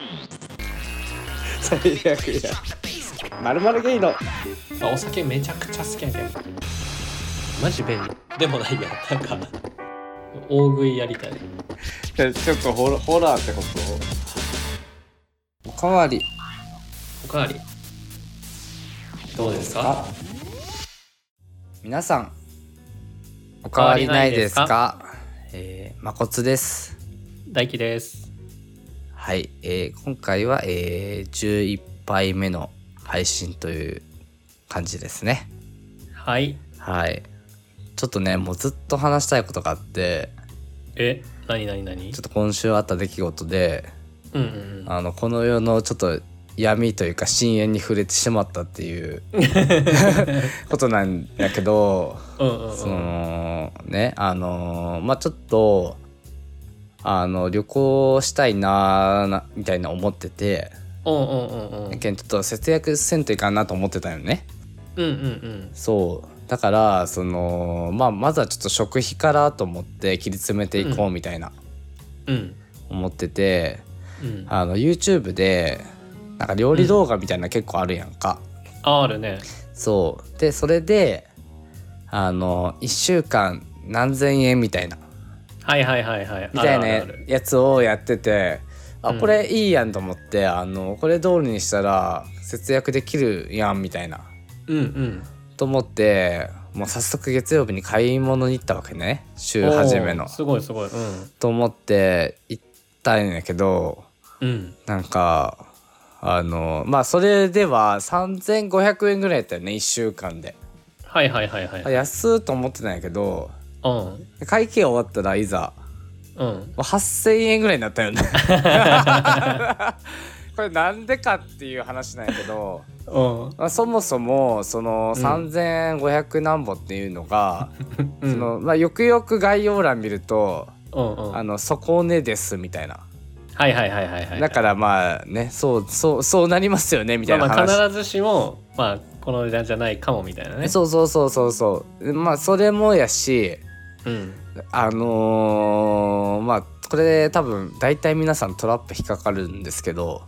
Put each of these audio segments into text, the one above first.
最悪や。まるまるゲイのお酒めちゃくちゃ好きやけどマジ便利でもないや。なんか大食いやりたい。 ちょっとホラーってこと？おかわりどうですか？ 皆さんおかわりないですか？まこつです。 大輝です。 はい、今回は、11杯目の配信という感じですね。 はいはい。ちょっとね、もうずっと話したいことがあって、 何ちょっと今週あった出来事で、この世のちょっと闇というか深淵に触れてしまったっていうことなんだけど、そのね、まあちょっと旅行したいなみたいな思ってて、ちょっと節約せんといかんなと思ってたよね。そうだからまずはちょっと食費からと思って切り詰めていこうみたいな、思ってて、YouTube でなんか料理動画みたいな結構あるやんか。 あるね。 そうでそれで1週間何千円みたいなみたいなやつをやってて、これいいやんと思って、これ通りにしたら節約できるやんみたいな、と思ってもう早速月曜日に買い物に行ったわけね。週初めのすごい、 と思って行ったんやけど、なんかまあそれでは3500円ぐらいやったよね、1週間で。安っと思ってたんやけど、会計終わったらいざ、8000円ぐらいになったよねこれなんでかっていう話なんやけど、そもそもその3500何ぼっていうのが、よくよく概要欄見ると、底値ですみたいな。だからまあね、そうなりますよねみたいな話。 必ずしもこの値段じゃないかもみたいなね。 そうまあそれもやし、まあこれ多分大体皆さんトラップ引っかかるんですけど、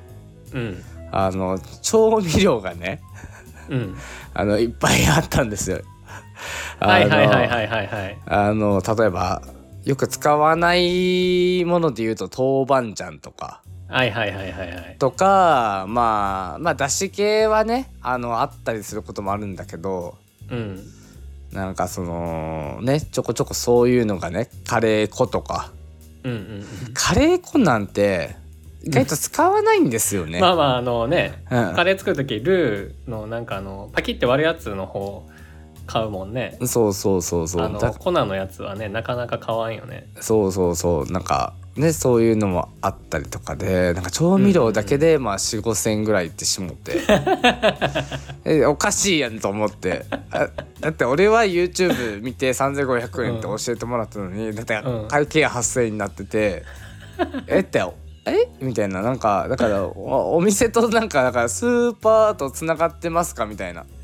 調味料がね、いっぱいあったんですよ。例えばよく使わないもので言うと豆板醤とか、とか、まあだし系はねあったりすることもあるんだけど、なんかね、ちょこちょこそういうのがね、カレー粉とか、カレー粉なんて意外と使わないんですよね。 カレー作るときルーのなんかパキって割るやつの方買うもんね。そう粉のやつはねなかなか買わんよね。 なんかね、そういうのもあったりとかで、なんか調味料だけでまあ 4,5 千ぐらいいってしもっておかしいやんと思って。だって俺は YouTube 見て3500円って教えてもらったのに、だって会計8000円になっててみたいな。なんかだからお店となんかだからスーパーとつながってますかみたいな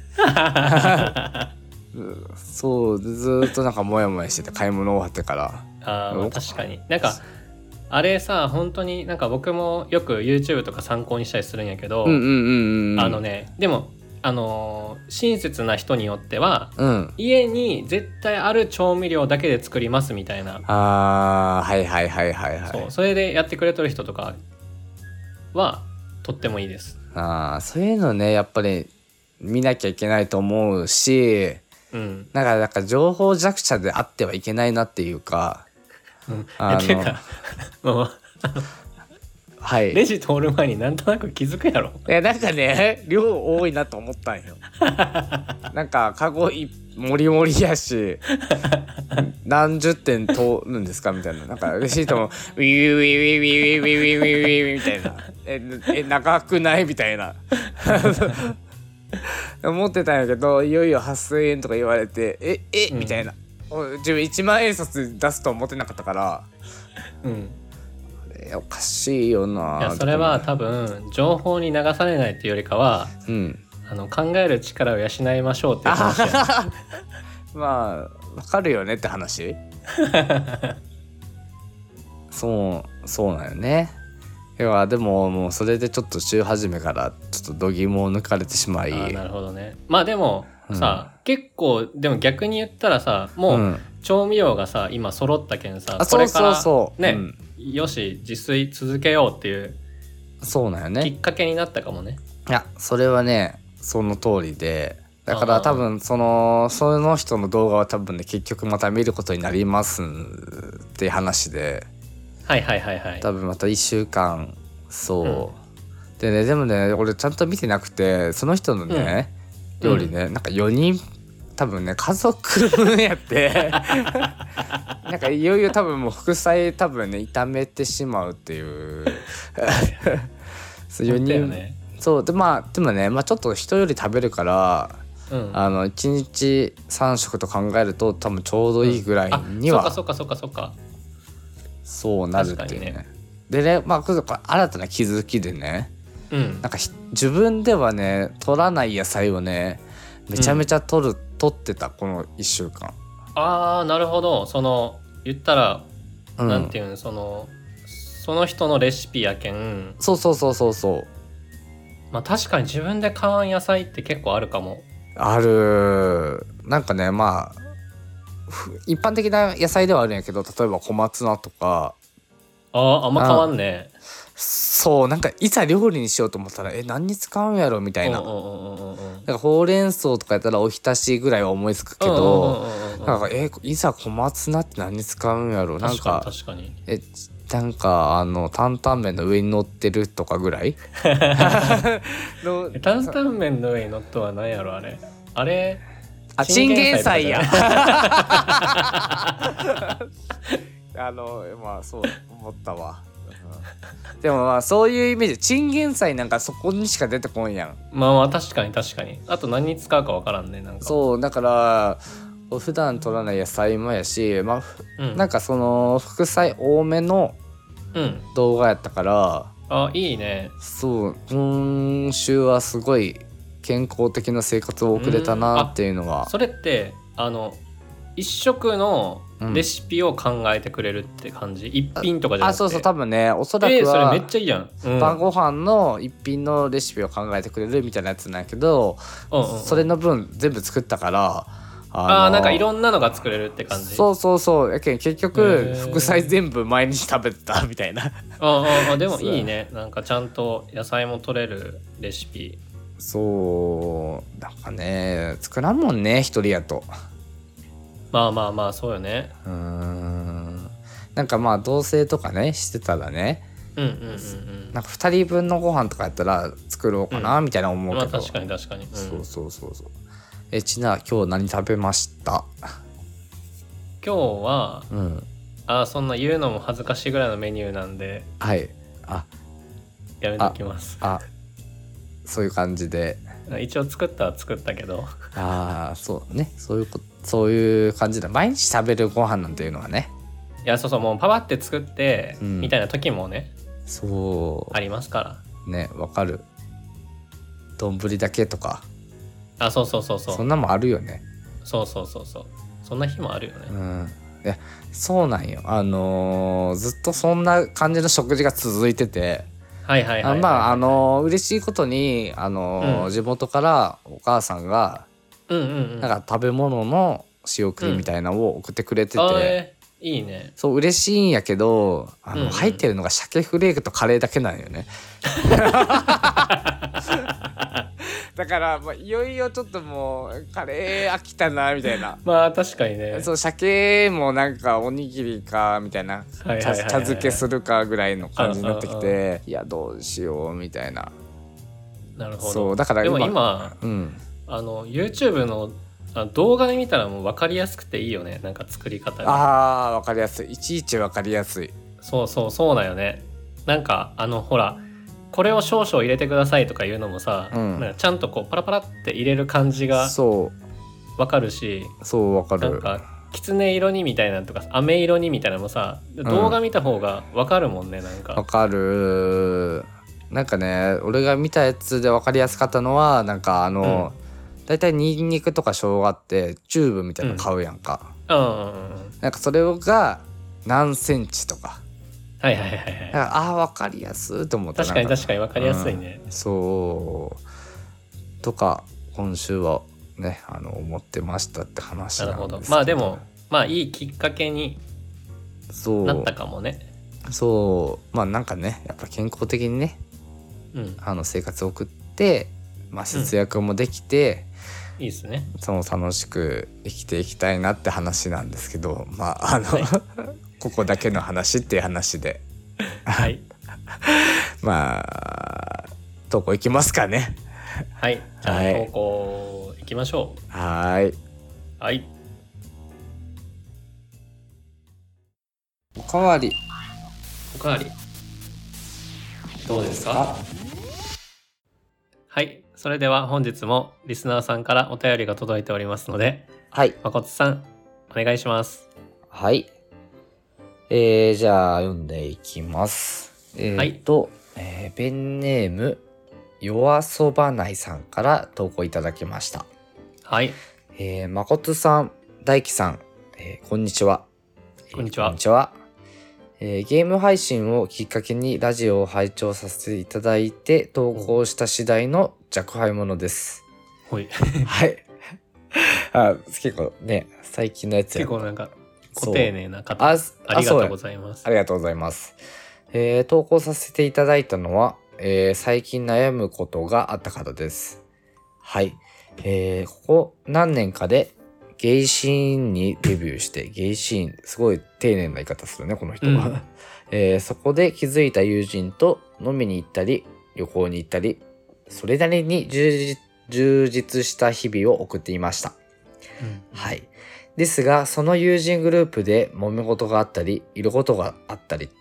そうずっとなんかモヤモヤしてて、買い物終わってから。 確かになんかあれさ、本当になんか僕もよく YouTube とか参考にしたりするんやけど、でも親切な人によっては、家に絶対ある調味料だけで作りますみたいな、それでやってくれてる人とかはとってもいいです。 そういうのね、やっぱり見なきゃいけないと思うし、なんか情報弱者であってはいけないなっていうか、 ていうかもうレジ通る前になんとなく気づくやろ。 いやなんかね、量多いなと思ったんよなんかカゴもりもりやし何十点通るんですかみたいな。なんかレシートもウィーウィーウィーウィーウィーウィーウィーウィーみたいな長くないみたいな思ってたんやけど、いよいよ8000円とか言われてみたいな。自分1万円札出すと思ってなかったから、おかしいよな。 いやそれは多分情報に流されないっていうよりかは、考える力を養いましょうっていう話や、ね、 まあわかるよねって話そうなんよね。 いやでももうそれでちょっと週始めからちょっと度肝を抜かれてしまい。 なるほどね。まあでもさ、結構でも逆に言ったらさ、もう調味料がさ今揃ったけんさ、これからね、よし自炊続けようっていうそうなんよね、 きっかけになったかもね。 いやそれはねその通りで、だから多分その人の動画は多分ね結局また見ることになりますっていう話で、 はいはいはいはい、 多分また1週間そう、でねでもね俺ちゃんと見てなくて、その人のね、料理ね、なんか4人多分ね家族分やってなんかいよいよ多分もう副菜多分ね炒めてしまうっていうそう4人、ね、そうでまあでもね、まあ、ちょっと人より食べるから、1日3食と考えると多分ちょうどいいぐらいには、 そうかそうなるっていうね。でね、まあこれ新たな気づきでね、なんか自分ではね取らない野菜をねめちゃめちゃ取ってたこの1週間。 ああなるほど。その言ったら、なんていうの、その人のレシピやけん。 そう。 まあ確かに自分で買わん野菜って結構あるかも。 ある。なんかねまあ一般的な野菜ではあるんやけど、例えば小松菜とか。 あんま変わんね。 そうなんかいざ料理にしようと思ったら何に使うんやろみたいな。なんかほうれん草とかやったらおひたしぐらいは思いつくけど、なんかいざ小松菜って何に使うんやろ。なんか確かになんか担々麺の上に乗ってるとかぐらい担々麺の上に乗っとは何やろあれチンゲン菜やまあそう思ったわでもまあそういうイメージ、チンゲン菜なんかそこにしか出てこんやん。 まあ確かにあと何に使うか分からんね。なんかそうだから普段取らない野菜もやし、まあなんかその副菜多めの動画やったから、 いいね。 そう今週はすごい健康的な生活を送れたなっていうのは。 それって一食のレシピを考えてくれるって感じ、一品とかじゃなくて。 そう多分ねおそらくは、 それめっちゃいいやん、 晩ご飯の一品のレシピを考えてくれるみたいなやつなんやけど、それの分全部作ったからなんかいろんなのが作れるって感じ。 そうやけん結局副菜全部毎日食べたみたいなでもいいね。なんかちゃんと野菜も取れるレシピ。 そうなんかね作らんもんね一人やと。 まあそうよね。 なんかまあ同棲とかねしてたらね、なんか2人分のご飯とかやったら作ろうかなみたいな思うけど、 確かに、 そうちな今日何食べました？ 今日は、そんな言うのも恥ずかしいぐらいのメニューなんで、やめときます。 そういう感じで一応作ったけどそうね、そういう感じで毎日食べるご飯なんていうのはね、 いやそうもうパパって作って、みたいな時もねそうありますからね。わかる。丼だけとかそうそんなもあるよね。 そうそんな日もあるよね。 いやそうなんよ。ずっとそんな感じの食事が続いてて、嬉しいことに地元からお母さんがなんか食べ物の仕送りみたいなのを送ってくれてて、 いいね。 そう嬉しいんやけど入ってるのが鮭フレークとカレーだけなんよねだからいよいよちょっともうカレー飽きたなみたいな。 まあ確かにね。 そう鮭もなんかおにぎりかみたいな、茶漬けするかぐらいの感じになってきて、いやどうしようみたいな。 なるほど。 そうだからでも今、YouTube の動画で見たらもう分かりやすくていいよね。なんか作り方が分かりやすい。いちいち分かりやすい。 そうだよね。なんかほらこれを少々入れてくださいとかいうのもさ、なんかちゃんとこうパラパラって入れる感じが分かるし、 そう分かる。 なんかきつね色にみたいなとか飴色にみたいなのもさ、動画見た方が分かるもんね。なんか分かる。なんかね俺が見たやつで分かりやすかったのはなんかだいたいニンニクとか生姜ってチューブみたいなの買うやんか、なんかそれが何センチとかはいはいはいはい。 だから分かりやすいと思った。 確かに確かに分かりやすいね。 そうとか今週はね思ってましたって話なんですけど。 なるほど。でもいいきっかけになったかもね。 そうなんかねやっぱ健康的にね、生活を送って、節約もできて、 いいですね。 楽しく生きていきたいなって話なんですけど、はい、ここだけの話っていう話ではい投稿いきますかね。 はい、じゃあ投稿いきましょう。 はいはい。 おかわりどうですか？はい、それでは本日もリスナーさんからお便りが届いておりますので、 はい、 まことさんお願いします。 はい、じゃあ読んでいきます。 はい、 ペンネーム夜そばないさんから投稿いただきました。 はい、 まことさん、大輝さん、こんにちは。 こんにちは。 こんにちは。ゲーム配信をきっかけにラジオを拝聴させていただいて投稿した次第の若輩者です。 はいはい結構ね最近のやつ結構なんかご丁寧な方、ありがとうございます。 ありがとうございます。投稿させていただいたのは、最近悩むことがあったからです。はい、ここ何年かでゲイシーンにデビューして、ゲイシーンすごい丁寧な言い方するねこの人は、そこで気づいた友人と飲みに行ったり旅行に行ったり、それなりに充実した日々を送っていました。はい。ですがその友人グループで揉め事があったり色事があったり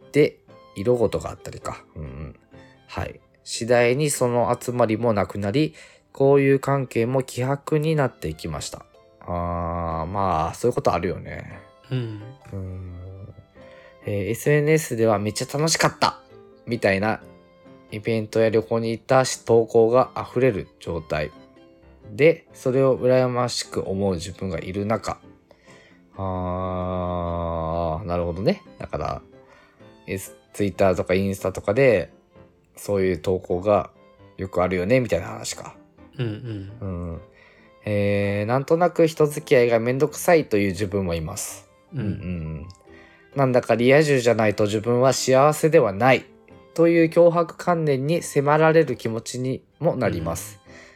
か、はい。次第にその集まりもなくなり、交友関係も希薄になっていきました。そういうことあるよね。SNS ではめっちゃ楽しかったみたいなイベントや旅行に行った投稿が溢れる状態で、それを羨ましく思う自分がいる中、なるほどね。だから、Twitter とかインスタとかでそういう投稿がよくあるよねみたいな話か。なんとなく人付き合いがめんどくさいという自分もいます。なんだかリア充じゃないと自分は幸せではないという強迫観念に迫られる気持ちにもなります。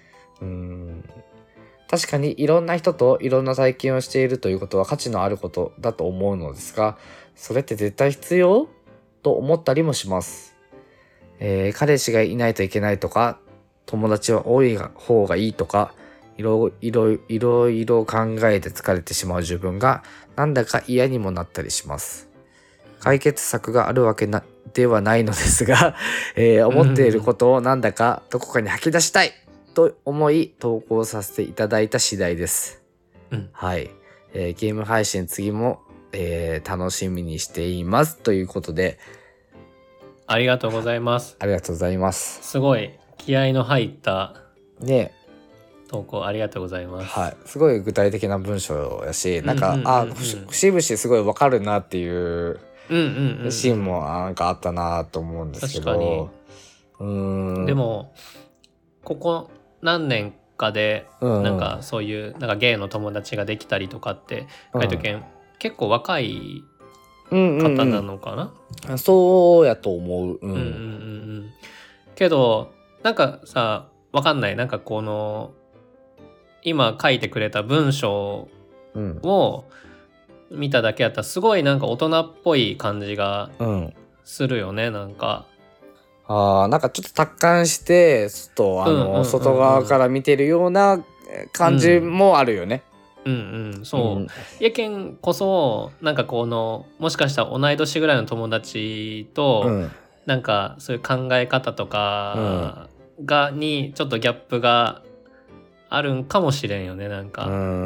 確かにいろんな人といろんな体験をしているということは価値のあることだと思うのですが、それって絶対必要と思ったりもします。彼氏がいないといけないとか、友達は多い方がいいとか、いろいろ考えて疲れてしまう自分がなんだか嫌にもなったりします。解決策があるわけではないのですが、思っていることをなんだかどこかに吐き出したいと思い投稿させていただいた次第です。はい、ゲーム配信次も、楽しみにしていますということで、 ありがとうございます。 ありがとうございます。 すごい気合の入ったね投稿ありがとうございます。 はい、すごい具体的な文章やし、なんか節々すごいわかるなっていうシーンもなんかあったなと思うんですけど、 でもここ何年かでなんかそういうなんかゲイの友達ができたりとかって書いとけん、結構若い方なのかな、 そうやと思う。 けどなんかさ、わかんない、なんかこの今書いてくれた文章を見ただけやったらすごいなんか大人っぽい感じがするよね、なんか。 なんかちょっと達観して外側から見てるような感じもあるよね。 そう。やけんこそなんかこのもしかしたら同い年ぐらいの友達と、なんかそういう考え方とかにちょっとギャップがあるんかもしれんよね、なんか。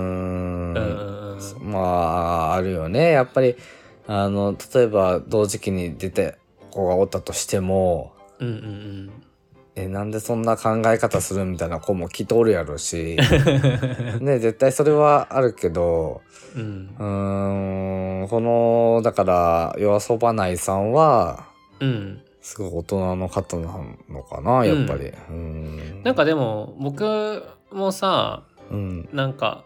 あるよね。やっぱり例えば同時期に出て子がおったとしても、 なんでそんな考え方するみたいな子もきっとおるやろうしね、絶対それはあるけど、このだから夜遊ばないさんは、すごい大人の方なのかなやっぱり、 なんかでも僕もさ、なんか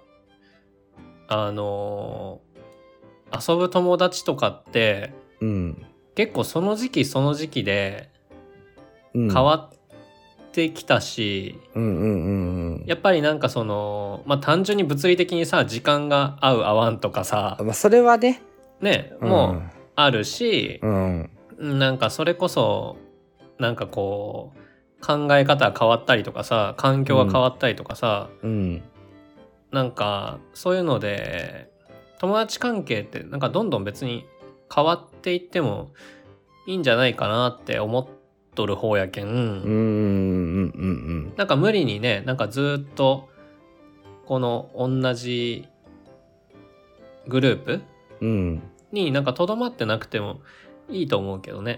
遊ぶ友達とかって、結構その時期その時期で変わってきたし、やっぱりなんかその単純に物理的にさ時間が合う合わんとかさ、 それはねもうあるし、なんかそれこそなんかこう考え方が変わったりとかさ、環境が変わったりとかさ、なんかそういうので友達関係ってなんかどんどん別に変わっていってもいいんじゃないかなって思っとる方やけん、なんか無理にね、なんかずっとこの同じグループ、になんかとどまってなくてもいいと思うけどね。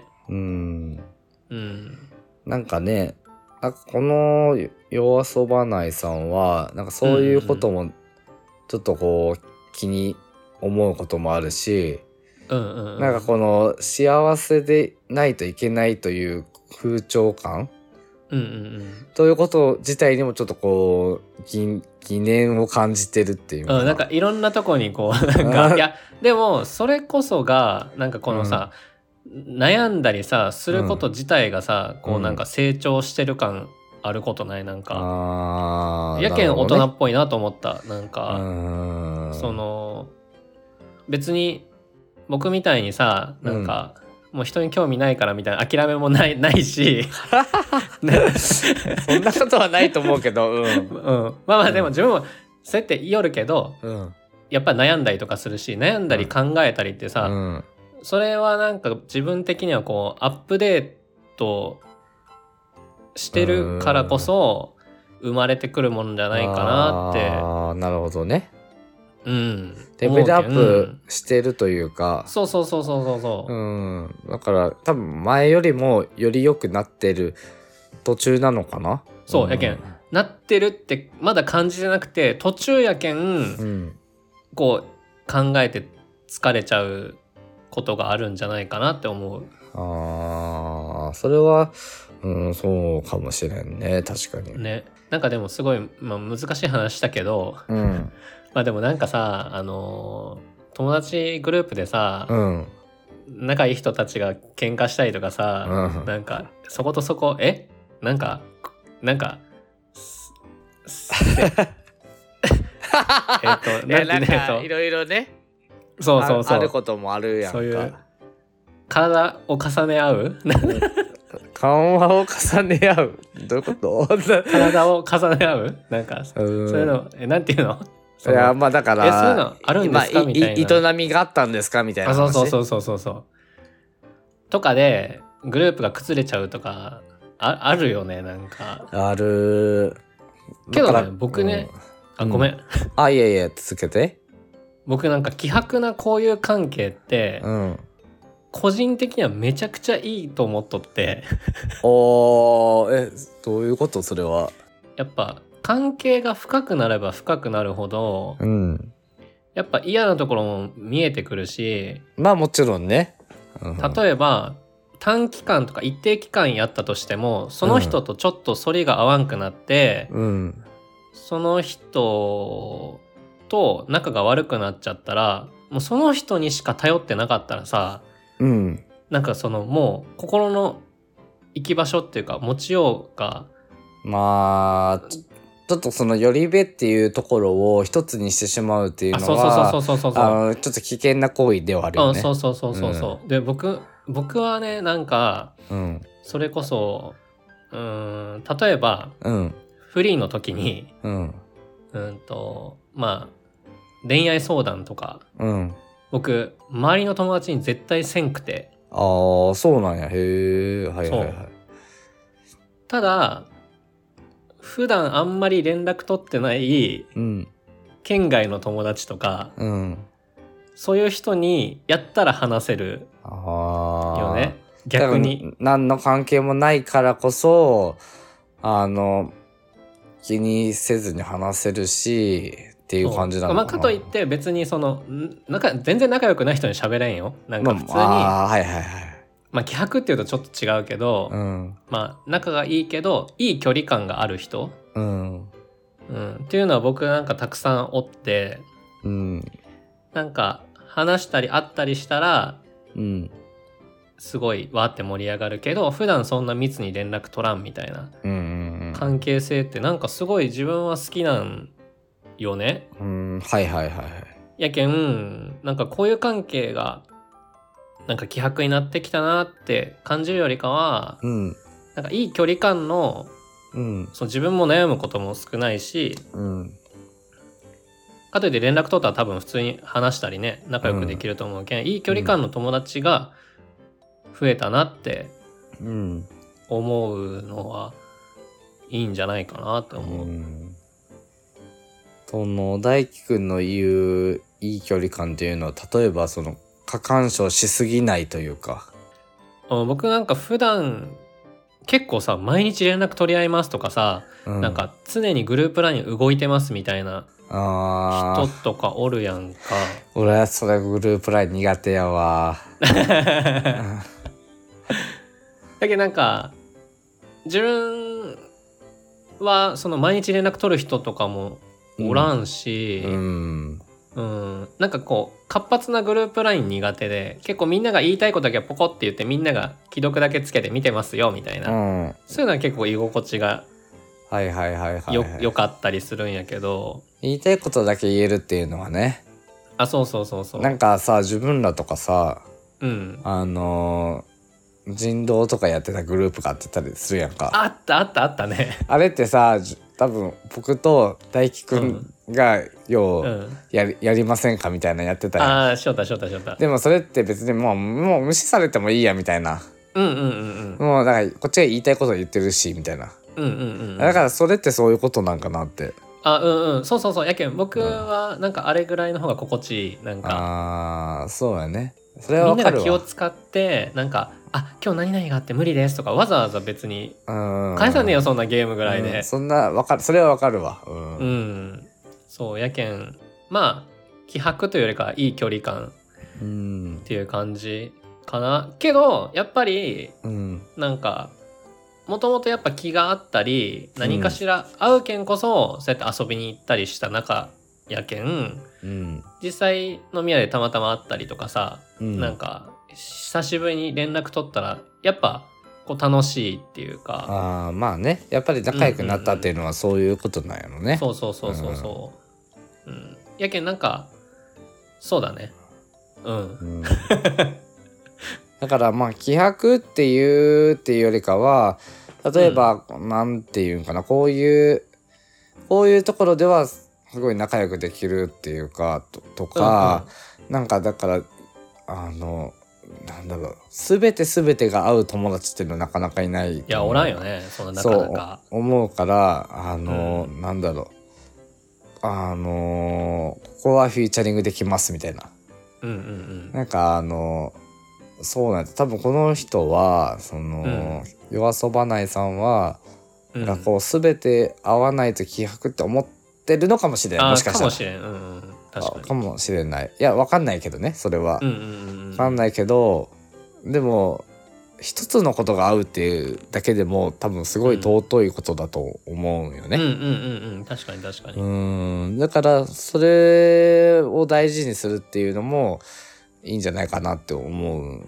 なんかね、この夜遊ばないさんはなんかそういうこともちょっとこう気に思うこともあるし、なんかこの幸せでないといけないという風潮感、ということ自体にもちょっとこう疑念を感じてるっていうか、 なんかいろんなとこにこうなんかいやでもそれこそがなんかこのさ、悩んだりさすること自体がさ、こうなんか成長してる感あることない？なんかやけん大人っぽいなと思った。なんかその別に僕みたいにさなんか、もう人に興味ないからみたいな諦めもないしそんなことはないと思うけど、 まあでも自分もそうやって言いよるけど、やっぱり悩んだりとかするし、悩んだり考えたりってさ、それはなんか自分的にはこうアップデートしてるからこそ生まれてくるものじゃないかなって。 なるほどね。レベルアップしてるというか、 そう。 だから多分前よりもより良くなってる途中なのかな。 そうやけん、なってるってまだ感じてなくて途中やけん、こう考えて疲れちゃうことがあるんじゃないかなって思う。 それはそうかもしれんね、確かにね。なんかでもすごい、難しい話だけど、まあでもなんかさ友達グループでさ、仲いい人たちが喧嘩したりとかさ、なんかそことそこなんかいろいろね、 そうあることもあるやんか。 そういう体を重ね合う緩和を重ね合う、どういうこと体を重ね合うなんかそういうのなんていうの、 いやまあだからそういうのあるんですかみたいな、 営みがあったんですかみたいな話。 そうとかでグループが崩れちゃうとかあるよね。なんかあるけどね、僕ね、ごめん、 いや続けて。 僕なんか希薄な交友関係って、個人的にはめちゃくちゃいいと思っとってどういうことそれは。 やっぱ関係が深くなれば深くなるほど、やっぱ嫌なところも見えてくるし、 まあもちろんね、 例えば短期間とか一定期間やったとしてもその人とちょっと反りが合わんくなって、その人と仲が悪くなっちゃったらもうその人にしか頼ってなかったらさ、なんかそのもう心の行き場所っていうか持ちようが、 まあちょっとそのよりべっていうところを一つにしてしまうっていうのはちょっと危険な行為ではあるよね。で僕はねなんか、それこそ例えば、フリーの時に、まあ恋愛相談とか、僕周りの友達に絶対せんくて。そうなんや。へえ。はい。 ただ普段あんまり連絡取ってない、県外の友達とか、そういう人にやったら話せるよね。逆に何の関係もないからこそ気にせずに話せるしっていう感じなのかな。 まあ、かといって別にその全然仲良くない人に喋れんよ。なんか普通に、 はいはいはい。 まあ気迫っていうとちょっと違うけど、まあ仲がいいけどいい距離感がある人、っていうのは僕なんかたくさんおって、なんか話したり会ったりしたら、すごいわーって盛り上がるけど、普段そんな密に連絡取らんみたいな関係性ってなんかすごい自分は好きなんよね。 はいはいはい。 やけんなんかこういう関係がなんか希薄になってきたなって感じるよりかは、なんかいい距離感の、そう自分も悩むことも少ないし、かといって連絡取ったら多分普通に話したりね仲良くできると思うけん、いい距離感の友達が増えたなって思うのはいいんじゃないかなって思う。 その大輝くんの言ういい距離感っていうのは、例えばその過干渉しすぎないというか。 僕なんか普段結構さ毎日連絡取り合いますとかさ、なんか常にグループライン動いてますみたいな人とかおるやんか。 俺はそれグループライン苦手やわ。 だけどなんか自分はその毎日連絡取る人とかもおらんし、なんかこう活発なグループライン苦手で、結構みんなが言いたいことだけポコって言ってみんなが既読だけつけて見てますよみたいな、そういうのは結構居心地が良かったりするんやけど、 言いたいことだけ言えるっていうのはね。 そうなんかさ、自分らとかさ、人狼とかやってたグループがあってたりするやんか。 あったね。 あれってさ、多分僕と大輝くんがやりませんかみたいなやってたやん。 しょった。 でもそれって別にもう無視されてもいいやみたいな。もうだからこっちが言いたいこと言ってるしみたいな。だからそれってそういうことなんかなって。 そうやけん僕はなんかあれぐらいの方が心地いい。なんかそうやね。それは分かるわ。 みんなが気を使ってなんか今日何々があって無理ですとかわざわざ別に返さねえよそんなゲームぐらいで、 そんなそれは分かるわ。 そうやけんまあ希薄というよりかいい距離感っていう感じかな。けどやっぱりなんかもともとやっぱ気があったり何かしら会うけんこそそうやって遊びに行ったりした仲やけん、実際飲み屋でたまたま会ったりとかさ、なんか久しぶりに連絡取ったらやっぱこう楽しいっていうか。 まあね、やっぱり仲良くなったっていうのはそういうことなんやろね。 そうやけんなんかそうだね。 だからまあ希薄っていうよりかは、例えば、なんていうんかな、こういうところではすごい仲良くできるっていうかとか、なんかだからなんだろう、全てが合う友達っていうのはなかなかいない。 いやおらんよね、そんななかなか。 そう思うからなんだろう、ここはフィーチャリングできますみたいな。なんかそうなんです。多分この人はその、夜遊ばないさんは、なんかこう全て合わないと希薄って思ってるのかもしれない。もしかしたらかもしれん。確かにかもしれない。いや分かんないけどね、それは。分かんないけど、でも一つのことが合うっていうだけでも多分すごい尊いことだと思うよね。 確かに。 だからそれを大事にするっていうのもいいんじゃないかなって思う。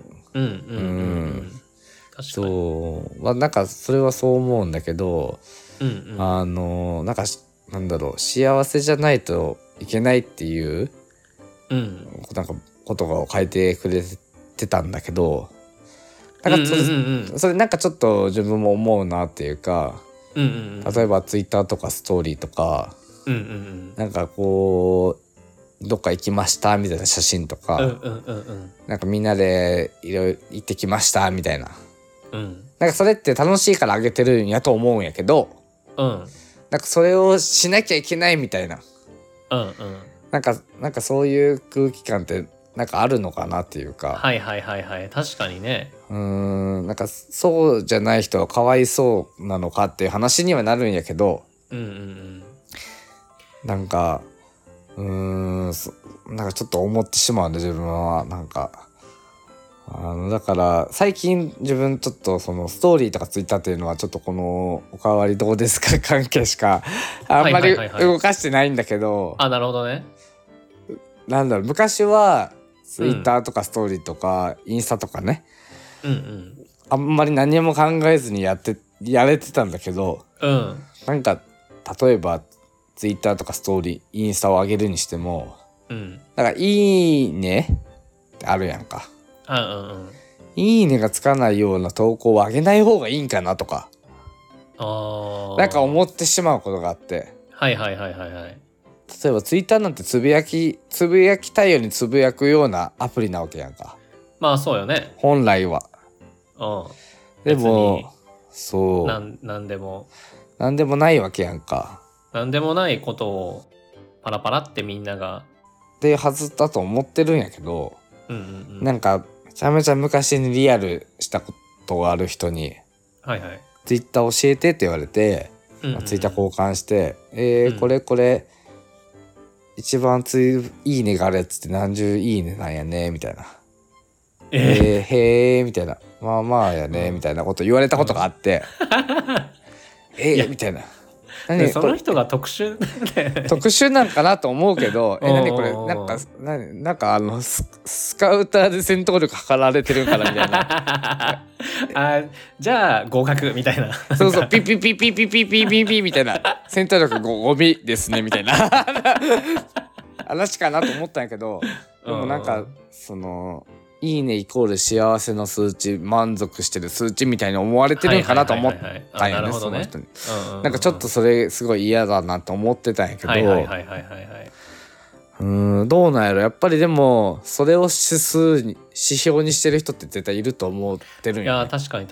そうなんかそれはそう思うんだけど、なんかなんだろう、幸せじゃないといけないっていう、なんかことを書いてくれてたんだけど、なんかそれなんかちょっと自分も思うなっていうか、例えばツイッターとかストーリーとか、なんかこうどっか行きましたみたいな写真とか、なんかみんなでいろいろ行ってきましたみたいな、なんかそれって楽しいからあげてるんやと思うんやけど、なんかそれをしなきゃいけないみたいな、なんかそういう空気感ってなんかあるのかなっていうか、 はいはいはいはい、確かにね。 なんかそうじゃない人はかわいそうなのかっていう話にはなるんやけど、 うんうんうん、 なんかなんかちょっと思ってしまうんで自分はなんかだから最近自分ちょっとそのストーリーとかツイッターっていうのはちょっとこのおかわりどうですか関係しかあんまり動かしてないんだけど、 あ、なるほどね。 なんだろう、昔はツイッターとかストーリーとかインスタとかね、 うんうん、 あんまり何も考えずにやれてたんだけど、 うん、 なんか例えばツイッターとかストーリーインスタを上げるにしても、 うん、 だからいいねってあるやんか。 うんうんうん、 いいねがつかないような投稿を上げない方がいいんかなとか、なんか思ってしまうことがあって。 はいはいはいはいはい。 例えばツイッターなんてつぶやきたいようにつぶやくようなアプリなわけやんか。 まあそうよね。 本来は。でもそうなんでもないわけやんか。 なんでもないことをパラパラってみんながっていうはずだと思ってるんやけど、 うんうんうん、 なんかめちゃめちゃ昔にリアルしたことがある人に、 はいはい、 ツイッター教えてって言われて、 うんうんうん、 ツイッター交換して、これ一番いいねがあるやつって何十いいねなんやねみたいな、へーみたいな、まあまあやねみたいなこと言われたことがあって、みたいな。 その人が特殊特殊なんかなと思うけど、何これなんかスカウターで戦闘力測られてるからみたいなあ、じゃあ合格みたいなそうそう、ピッピッピッピッピッピッピッピッピッみたいな、戦闘力ゴミですねみたいな話かなと思ったんやけど、でもなんかそのいいねイコール幸せの数値、満足してる数値みたいに思われてるんかなと思ったんよね、その人に。なんかちょっとそれすごい嫌だなと思ってたんやけど、どうなんやろ。やっぱりでもそれを指標にしてる人って絶対いると思ってるんや、ね。 いや確かに、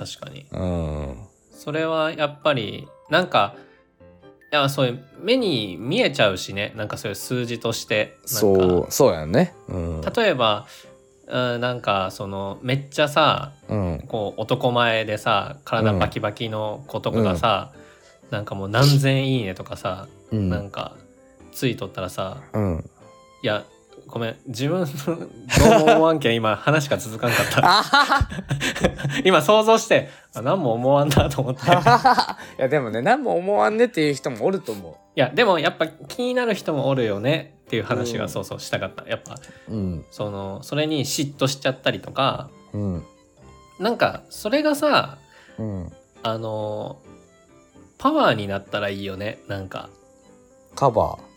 それはやっぱりなんか、いやそういう目に見えちゃうしね、なんかそういう数字としてそうやね、 例えばなんかそのめっちゃさ、こう男前でさ体バキバキの子とかがさ、なんかもう何千いいねとかさ、なんかついとったらさ、いやごめん、自分どうも思わんけん今話が続かんかった今想像して何も思わんなと思っていやでもね、何も思わんねっていう人もおると思う。 いやでもやっぱ気になる人もおるよねっていう話がそうしたかった。やっぱ、それに嫉妬しちゃったりとか、なんかそれがさ、パワーになったらいいよね。なんかパワー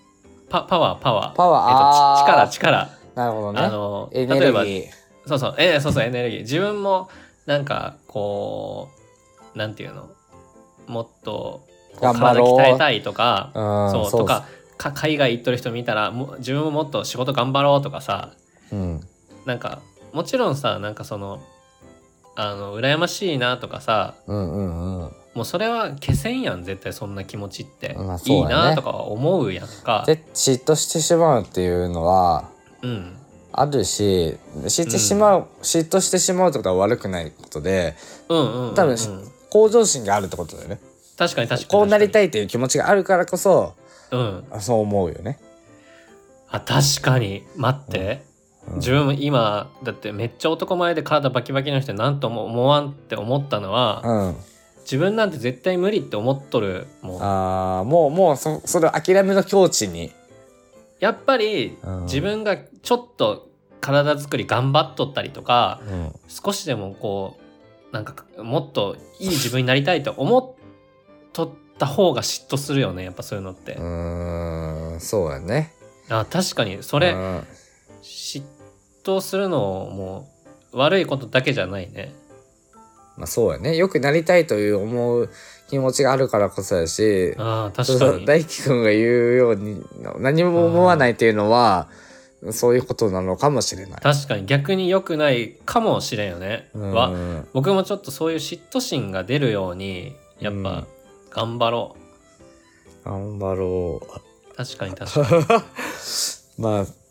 力。 なるほどね。 例えばそうエネルギー。自分もなんかこうなんていうの、もっと体鍛えたいとか、とか海外行っとる人見たら自分ももっと仕事頑張ろうとかさ、なんかもちろんさ、なんかその羨ましいなとかさ、もうそれは消せんやん絶対、そんな気持ちって、いいなとかは思うやんか。 で嫉妬してしまうっていうのはあるし、嫉妬してしまうってことは悪くないことで、多分向上心があるってことだよね。 確かにこうなりたいっていう気持ちがあるからこそ、そう思うよね。 確かに。待って、自分も今だってめっちゃ男前で体バキバキの人なんとも思わんって思ったのは、自分なんて絶対無理って思っとるもん。 もうそれ諦めの境地にやっぱり自分がちょっと体作り頑張っとったりとか、少しでもこうなんかもっといい自分になりたいと思っとった方が嫉妬するよね、やっぱそういうのって。 そうやね。 確かにそれ、嫉妬するのも悪いことだけじゃないね。 そうやね。よくなりたいという思う気持ちがあるからこそやし、 確かに大輝くんが言うように何も思わないっていうのはそういうことなのかもしれない。 確かに逆に良くないかもしれんよね。僕もちょっとそういう嫉妬心が出るようにやっぱ頑張ろう。 頑張ろう。 確かに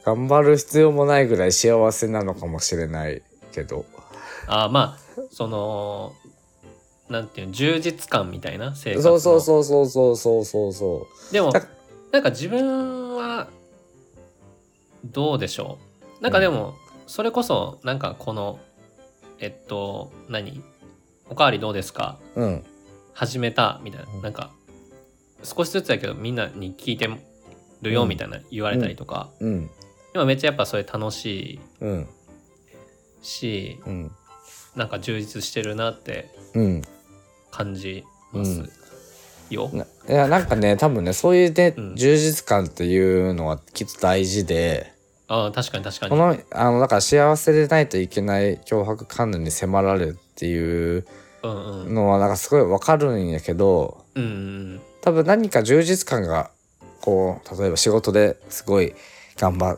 頑張る必要もないぐらい幸せなのかもしれないけど、 まあそのなんていうの、充実感みたいな生活の。 そうでもなんか自分はどうでしょう。なんかでもそれこそなんかこの何おかわりどうですか、始めたみたいな、なんか少しずつだけどみんなに聞いてるよみたいな言われたりとか、今めっちゃやっぱそれ楽しいし、なんか充実してるなって感じますよ。 いやなんかね多分ねそういうね、充実感っていうのはきっと大事で、 確かにこのだから幸せでないといけない強迫観念に迫られるっていうのはなんかすごいわかるんやけど、多分何か充実感がこう例えば仕事ですごい頑張って、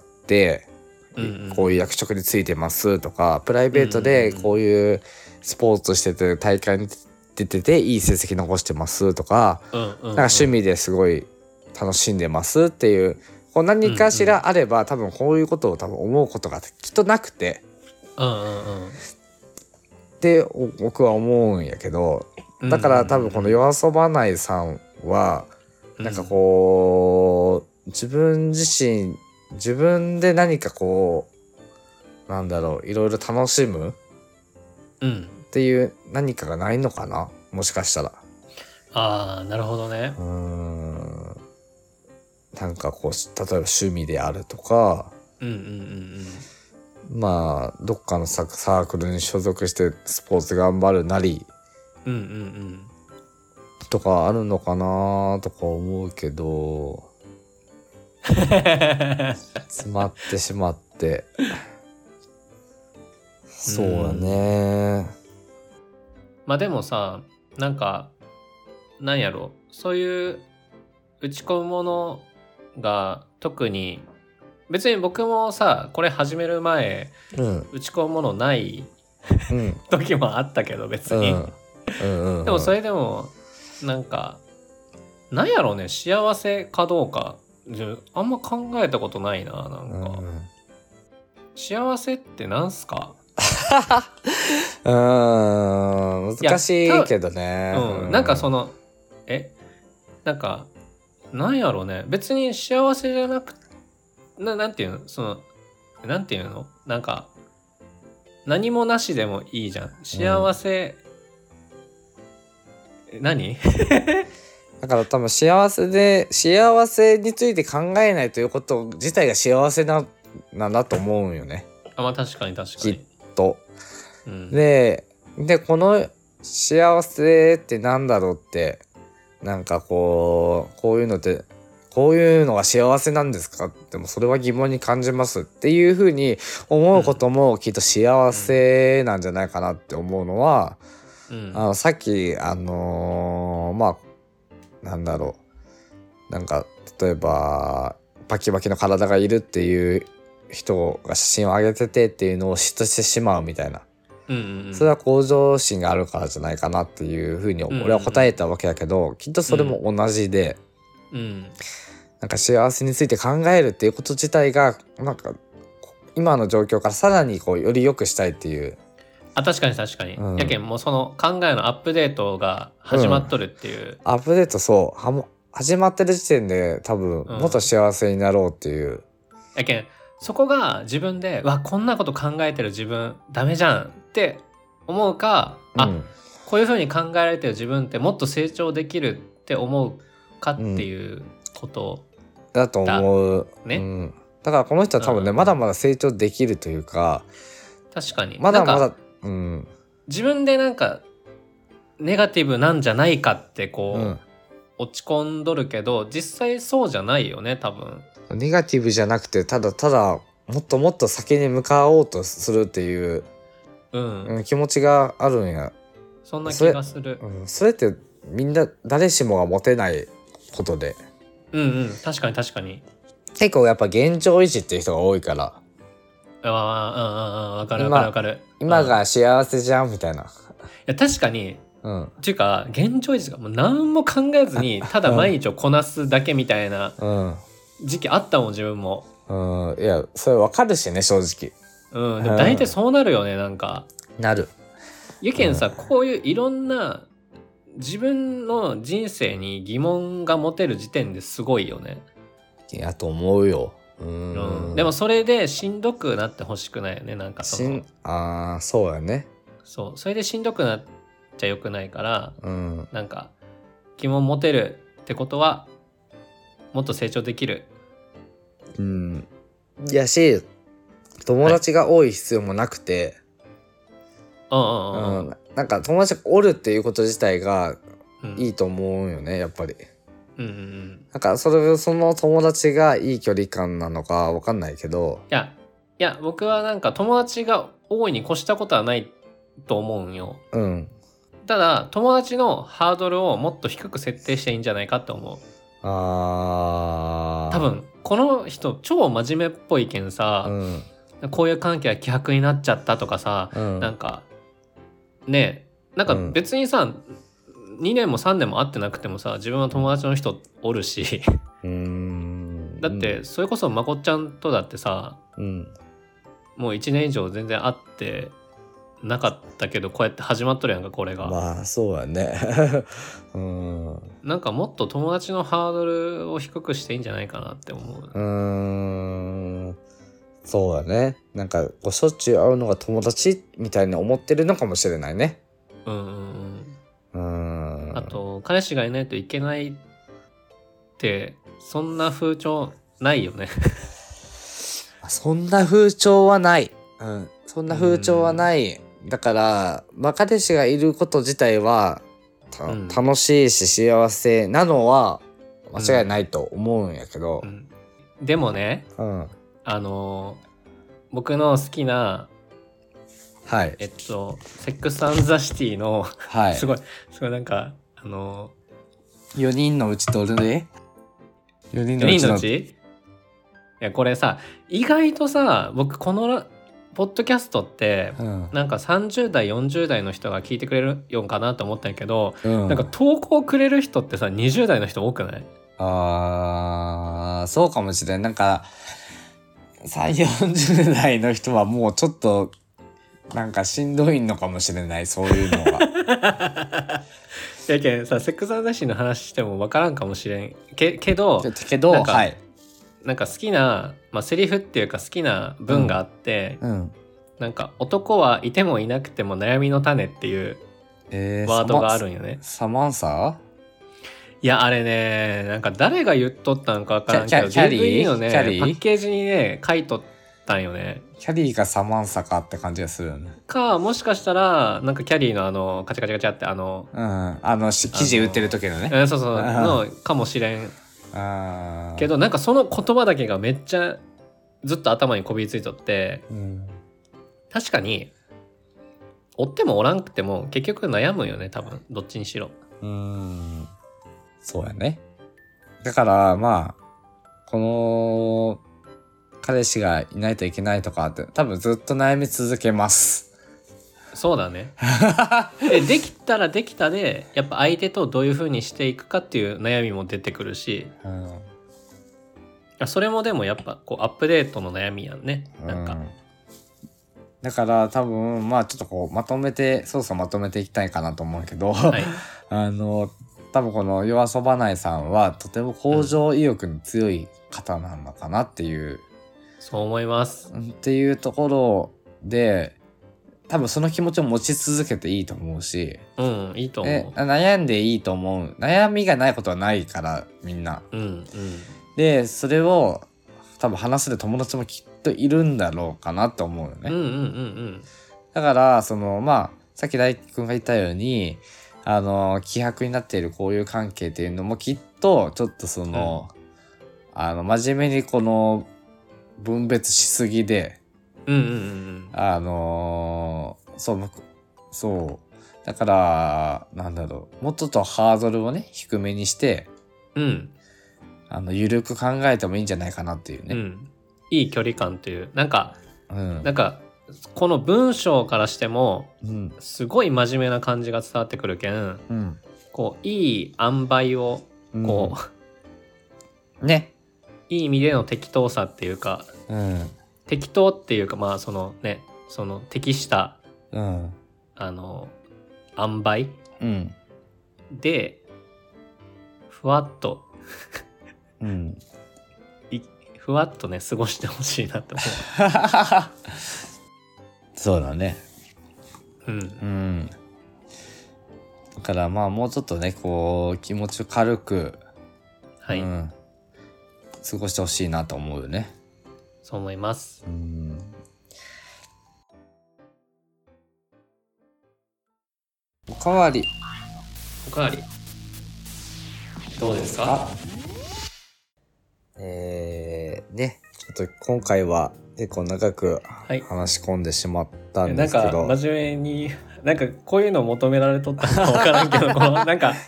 こういう役職についてますとか、プライベートでこういうスポーツしてて大会に出てていい成績残してますとか、なんか趣味ですごい楽しんでますっていう、こう何かしらあれば多分こういうことを多分思うことがきっとなくて、って僕は思うんやけど、だから多分この夜遊ばないさんはなんかこう自分で何かこうなんだろういろいろ楽しむっていう何かがないのかな、もしかしたら。 なるほどね。 なんかこう例えば趣味であるとか、まあどっかのサークルに所属してスポーツ頑張るなり、とかあるのかなとか思うけど詰まってしまってそうだね。 まあでもさ、なんかなんやろ、そういう打ち込むものが特に別に僕もさこれ始める前、打ち込むものない時もあったけど別に、でもそれでもなんかなんやろうね、幸せかどうかあんま考えたことないな。なんか、幸せってなんすか難しいけどね。 なんかそのなんかなんやろうね、別に幸せじゃなくなんていうの、そのなんていうの、なんか何もなしでもいいじゃん幸せ、何だから多分幸せについて考えないということ自体が幸せなんだと思うんよね。 まあ確かにきっと。でこの幸せってなんだろうってなんかこういうのってこういうのが幸せなんですかってもそれは疑問に感じますっていう風に思うこともきっと幸せなんじゃないかなって思うのは、さっきまあなんだろう、なんか例えばバキバキの体がいるっていう人が写真を上げててっていうのを嫉妬してしまうみたいな、それは向上心があるからじゃないかなっていうふうに俺は答えたわけだけど、きっとそれも同じで、なんか幸せについて考えるっていうこと自体がなんか今の状況からさらにこうより良くしたいっていう。 確かに、やけんもうその考えのアップデートが始まっとるっていう、 アップデート始まってる時点で多分もっと幸せになろうっていう、 やけんそこが自分でこんなこと考えてる自分ダメじゃんって思うか、こういう風に考えられてる自分ってもっと成長できるって思うかっていうことだと思うね。だからこの人は多分ね、まだまだ成長できるというか、 確かにまだまだ自分でなんかネガティブなんじゃないかってこう、落ち込んどるけど実際そうじゃないよね多分。 ネガティブじゃなくてただもっともっと先に向かおうとするっていう、気持ちがあるんや。 そんな気がする。 それってみんな誰しもが持てないことで、 確かに結構やっぱ現状維持っていう人が多いから、 わかる今が幸せじゃんみたいな。いや確かに、っていうか現状維持がもう何も考えずにただ毎日をこなすだけみたいな時期あったもん自分も。 いやそれわかるしね正直。 でも大体そうなるよねなんか。 なる。 ゆけんさ、こういういろんな自分の人生に疑問が持てる時点ですごいよね。 いやと思うよ。 でもそれでしんどくなってほしくないよねなんかそうやね。 そうそれでしんどくなっちゃよくないから、なんか疑問持てるってことはもっと成長できる。 いやし友達が多い必要もなくて、なんか友達がおるっていうこと自体がいいと思うよねやっぱり。なんかその友達がいい距離感なのかわかんないけど、 いや僕はなんか友達が多いに越したことはないと思うんよ。ただ友達のハードルをもっと低く設定していいんじゃないかって思う。多分この人超真面目っぽいけんさ、こういう関係は希薄になっちゃったとかさ、なんかねえなんか別にさ、2年も3年も会ってなくてもさ自分は友達の人おるしだってそれこそまこっちゃんとだってさ、もう1年以上全然会ってなかったけどこうやって始まっとるやんかこれが。 まあそうやねなんかもっと友達のハードルを低くしていいんじゃないかなって思う。 そうだね。なんかしょっちゅう会うのが友達みたいに思ってるのかもしれないね。 あと彼氏がいないといけないってそんな風潮ないよねそんな風潮はない。そんな風潮はない。だから彼氏がいること自体は楽しいし幸せなのは間違いないと思うんやけど、 でもね、僕の好きなセックス&ザ・シティの、すごいなんか 4人のうちどれで 4人のうちいやこれさ意外とさ僕このポッドキャストって、なんか30代40代の人が聞いてくれるようかなと思ったんやけど、なんか投稿くれる人ってさ20代の人多くない？ そうかもしれん。なんか3、40代の人はもうちょっとなんかしんどいのかもしれないそういうのがやけんさセックス&ザ・シティの話しても分からんかもしれんけどなんか好きな、セリフっていうか好きな文があって、なんか男はいてもいなくても悩みの種っていうワードがあるんよね。 サマンサ？ いやあれねなんか誰が言っとったのか分からんけど DVD のねパッケージにね書いとったんよね。 キャリーがサマンサかって感じがするよね。 もしかしたらなんかキャリーのカチャカチャカチャって記事売ってる時のねそうのかもしれんけどなんかその言葉だけがめっちゃずっと頭にこびりついとって、確かにおってもおらんくても結局悩むよね多分どっちにしろ。 そうやね。だからこの彼氏がいないといけないとかって多分ずっと悩み続けます。 そうだねできたらできたでやっぱ相手とどういう風にしていくかっていう悩みも出てくるし、それもでもやっぱこうアップデートの悩みやんねなんか、 だから多分ちょっとこうまとめていきたいかなと思うけど、多分この夜遊ばないさんはとても向上意欲に強い方なのかなっていう、 そう思いますっていうところで多分その気持ちを持ち続けていいと思うし、 いいと思う。 悩んでいいと思う。悩みがないことはないからみんな、でそれを多分話せる友達もきっといるんだろうかなと思うよね。だからさっき大輝くんが言ったように希薄になっているこういう関係っていうのもきっとちょっと真面目にこの分別しすぎでそうだからもうちょっとハードルをね低めにして緩く考えてもいいんじゃないかなっていうね、 いい距離感っていうなんかこの文章からしてもすごい真面目な感じが伝わってくるけん、こういい塩梅をこう、 ねいい意味での適当さっていうか、 うん、 適当っていうかまあそのねその適した、 うん、 塩梅、うん、でふわっと、うん、ふわっとね過ごしてほしいなって思う。 そうだね。 うん、うん、 だからまあもうちょっとねこう気持ちを軽く、 はい、うん、 過ごしてほしいなと思うよね。 そう思います。 うん、おかわりどうですか？ ねちょっと今回は結構長く話し込んでしまったんですけど、 なんか真面目になんかこういうの求められとったのか分からんけどこうなんか、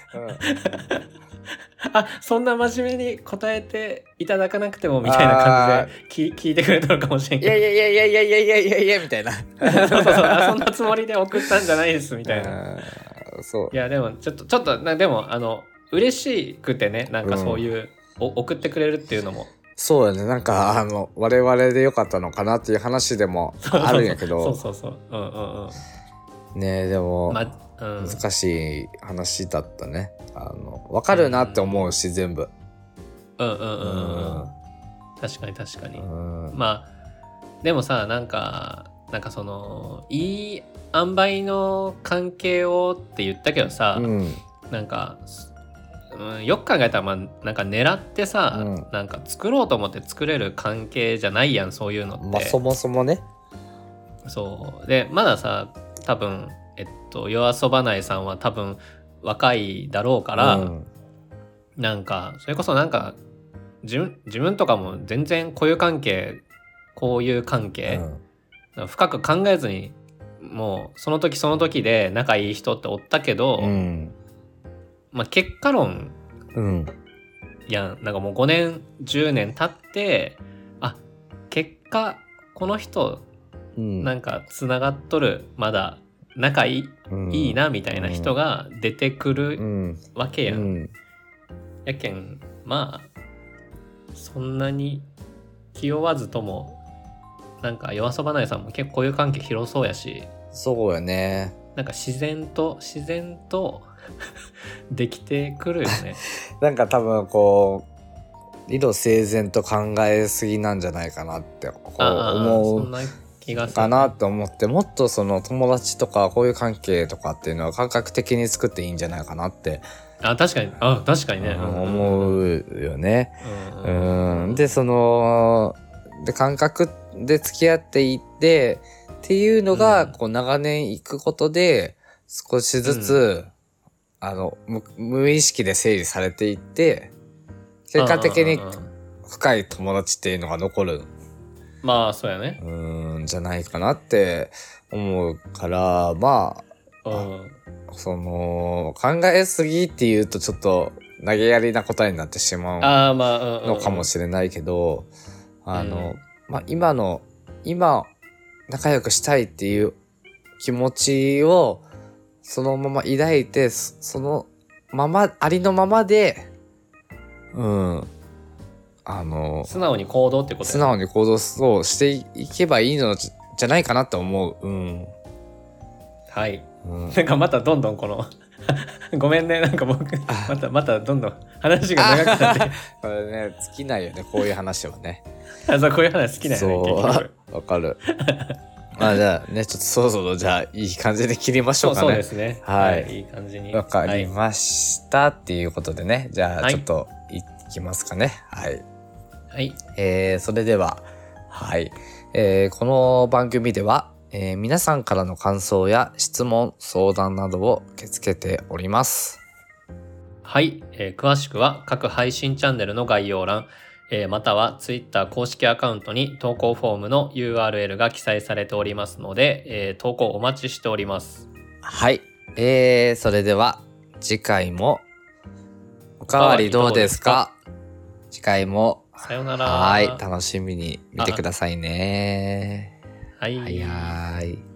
あ、そんな真面目に答えていただかなくてもみたいな感じで聞いてくれたのかもしれんけど、 いやみたいなそうそんなつもりで送ったんじゃないですみたいな。 そういやでもちょっとでも嬉しくてね、なんかそういう、送ってくれるっていうのもそうだね、なんか我々でよかったのかなっていう話でもあるんやけど、ねえでも、難しい話だったね。分かるなって思うし、全部。 確かに、まあでもさなんかそのいい塩梅の関係をって言ったけどさ、なんか、よく考えたらまあなんか狙ってさ、なんか作ろうと思って作れる関係じゃないやん、そういうのって。 まあそもそもね。 そうでまださ多分夜遊ばないさんは多分若いだろうから、なんかそれこそなんか自分とかも全然こういう関係、深く考えずにもうその時で仲いい人っておったけど、まあ結果論、やん。なんかもう5年10年経って結果この人、なんかつながっとる、まだ仲いいなみたいな人が出てくるわけやん。やけんまあそんなに気負わずともなんか夜遊ばないさんも結構こういう関係広そうやし、 そうよね、 なんか自然とできてくるよね。 なんか多分こう理路整然と考えすぎなんじゃないかなってこう思うかなと思って、もっとその友達とかこういう関係とかっていうのは感覚的に作っていいんじゃないかなって確かにね、 思うよね。でそので感覚で付き合っていってっていうのがこう長年いくことで少しずつ、無意識で整理されていって結果的に深い友達っていうのが残る。 まあそうやね。 じゃないかなって思うからまあ。その考えすぎっていうとちょっと投げやりな答えになってしまうのかもしれないけど、まあ今仲良くしたいっていう気持ちをそのまま抱いてそのままありのままで素直に行動ってこと、 素直に行動をしていけばいいのじゃないかなと思う。 はい。なんかまたどんどんこのごめんね、なんか僕またどんどん話が長くなってこれね尽きないよね、こういう話はね。 そうこういう話好きなんよね。 そうわかる。まあじゃあねちょっとそろそろじゃあいい感じで切りましょうかね。 そうですね。はい、いい感じにわかりましたっていうことでね、じゃあちょっといきますかね。はい。 はい。 それでははい、この番組では皆さんからの感想や質問、相談などを受け付けております。 はい、詳しくは各配信チャンネルの概要欄、または Twitter 公式アカウントに投稿フォームの URL が記載されておりますので、投稿お待ちしております。 はい、それでは次回もおかわりどうですか？次回もさよなら。 はい、楽しみに見てくださいね。 はい。 はい。